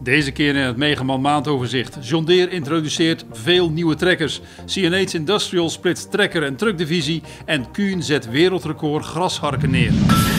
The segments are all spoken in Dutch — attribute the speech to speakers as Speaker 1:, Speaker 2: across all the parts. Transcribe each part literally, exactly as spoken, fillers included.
Speaker 1: Deze keer in het Megaman maandoverzicht. John Deere introduceert veel nieuwe trekkers. C N H Industrial splitst trekker- en truckdivisie. En Kuhn zet wereldrecord grasharken neer.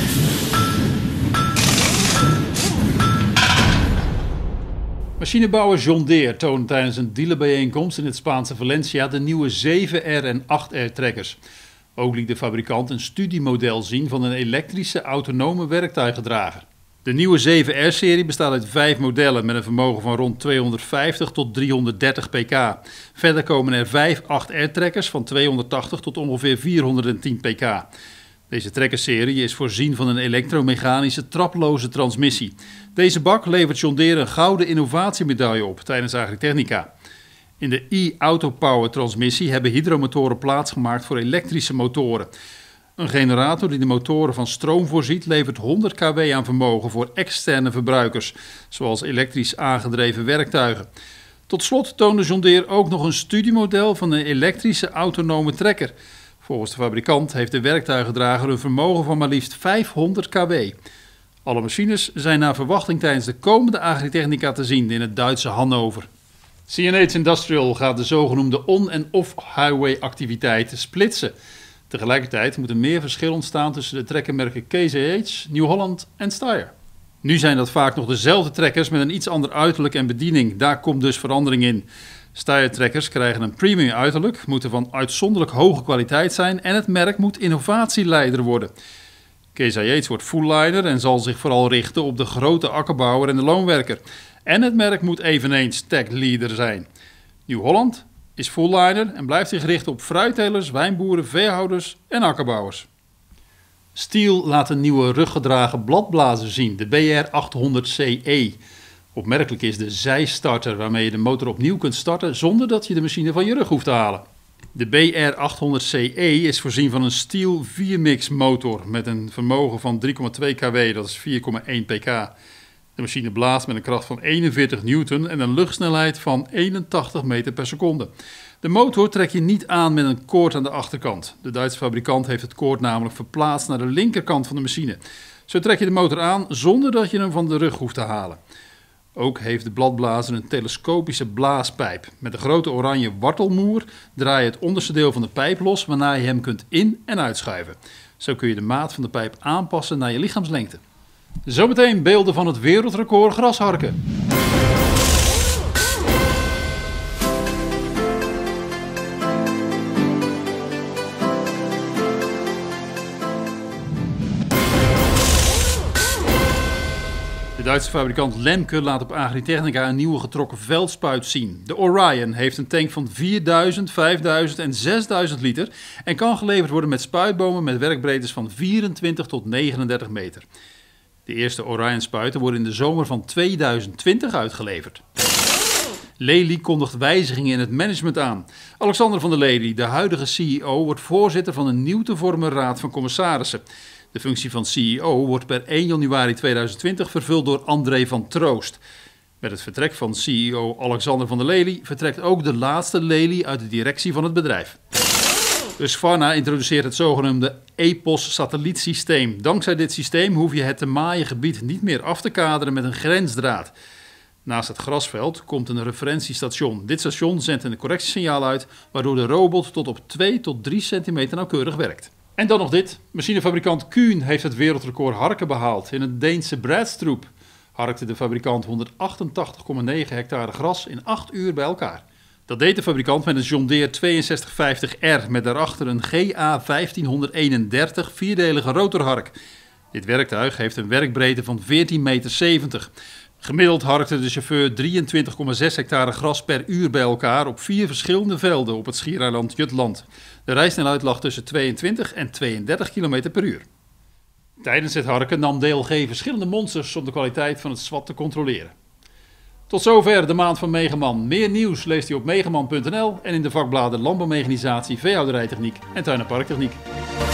Speaker 1: Machinebouwer John Deere toonde tijdens een dealerbijeenkomst in het Spaanse Valencia de nieuwe zeven R en acht R trekkers. Ook liet de fabrikant een studiemodel zien van een elektrische autonome werktuigendrager. De nieuwe zeven R-serie bestaat uit vijf modellen met een vermogen van rond tweehonderdvijftig tot driehonderddertig pk. Verder komen er vijf acht R-trekkers van tweehonderdtachtig tot ongeveer vierhonderdtien pk. Deze trekkerserie is voorzien van een elektromechanische traploze transmissie. Deze bak levert John Deere een gouden innovatiemedaille op tijdens Agritechnica. In de e-Autopower transmissie hebben hydromotoren plaatsgemaakt voor elektrische motoren. Een generator die de motoren van stroom voorziet levert honderd kilowatt aan vermogen voor externe verbruikers, zoals elektrisch aangedreven werktuigen. Tot slot toonde John Deere ook nog een studiemodel van een elektrische autonome trekker. Volgens de fabrikant heeft de werktuigendrager een vermogen van maar liefst vijfhonderd kilowatt. Alle machines zijn naar verwachting tijdens de komende Agritechnica te zien in het Duitse Hannover. C N H Industrial gaat de zogenoemde on- en off-highway activiteiten splitsen. Tegelijkertijd moet er meer verschil ontstaan tussen de trekkermerken K Z H, New Holland en Steyr. Nu zijn dat vaak nog dezelfde trekkers met een iets ander uiterlijk en bediening. Daar komt dus verandering in. Steyr-trekkers krijgen een premium uiterlijk, moeten van uitzonderlijk hoge kwaliteit zijn en het merk moet innovatieleider worden. K Z H wordt full-liner en zal zich vooral richten op de grote akkerbouwer en de loonwerker. En het merk moet eveneens tech-leader zijn. New Holland is full-liner en blijft zich richten op fruittelers, wijnboeren, veehouders en akkerbouwers. Stihl laat een nieuwe ruggedragen bladblazer zien, de B R achthonderd C E. Opmerkelijk is de zijstarter waarmee je de motor opnieuw kunt starten zonder dat je de machine van je rug hoeft te halen. De B R achthonderd C E is voorzien van een Stihl vier mix motor met een vermogen van drie komma twee kilowatt, dat is vier komma één pk. De machine blaast met een kracht van eenenveertig newton en een luchtsnelheid van eenentachtig meter per seconde. De motor trek je niet aan met een koord aan de achterkant. De Duitse fabrikant heeft het koord namelijk verplaatst naar de linkerkant van de machine. Zo trek je de motor aan zonder dat je hem van de rug hoeft te halen. Ook heeft de bladblazer een telescopische blaaspijp. Met een grote oranje wartelmoer draai je het onderste deel van de pijp los waarna je hem kunt in- en uitschuiven. Zo kun je de maat van de pijp aanpassen naar je lichaamslengte. Zometeen beelden van het wereldrecord grasharken. De Duitse fabrikant Lemke laat op Agritechnica een nieuwe getrokken veldspuit zien. De Orion heeft een tank van vierduizend, vijfduizend en zesduizend liter en kan geleverd worden met spuitbomen met werkbreedtes van vierentwintig tot negenendertig meter. De eerste Orion-spuiten worden in de zomer van tweeduizend twintig uitgeleverd. Lely kondigt wijzigingen in het management aan. Alexander van der Lely, de huidige C E O, wordt voorzitter van een nieuw te vormen raad van commissarissen. De functie van C E O wordt per één januari tweeduizend twintig vervuld door André van Troost. Met het vertrek van C E O Alexander van der Lely vertrekt ook de laatste Lely uit de directie van het bedrijf. Husqvarna introduceert het zogenoemde E P O S-satellietsysteem. Dankzij dit systeem hoef je het te maaien gebied niet meer af te kaderen met een grensdraad. Naast het grasveld komt een referentiestation. Dit station zendt een correctiesignaal uit, waardoor de robot tot op twee tot drie centimeter nauwkeurig werkt. En dan nog dit. Machinefabrikant Kuhn heeft het wereldrecord harken behaald. In het Deense Bradstrup harkte de fabrikant honderdachtentachtig komma negen hectare gras in acht uur bij elkaar. Dat deed de fabrikant met een John Deere tweeënzestig vijftig R met daarachter een G A vijftienhonderdeenendertig vierdelige rotorhark. Dit werktuig heeft een werkbreedte van veertien meter zeventig. Gemiddeld harkte de chauffeur drieëntwintig komma zes hectare gras per uur bij elkaar op vier verschillende velden op het schiereiland Jutland. De rijsnelheid lag tussen tweeëntwintig en tweeëndertig kilometer per uur. Tijdens het harken nam D L G verschillende monsters om de kwaliteit van het zwat te controleren. Tot zover de maand van Megaman. Meer nieuws leest u op megaman punt n l en in de vakbladen Landbouwmechanisatie, Veehouderijtechniek en Tuin- en Parktechniek.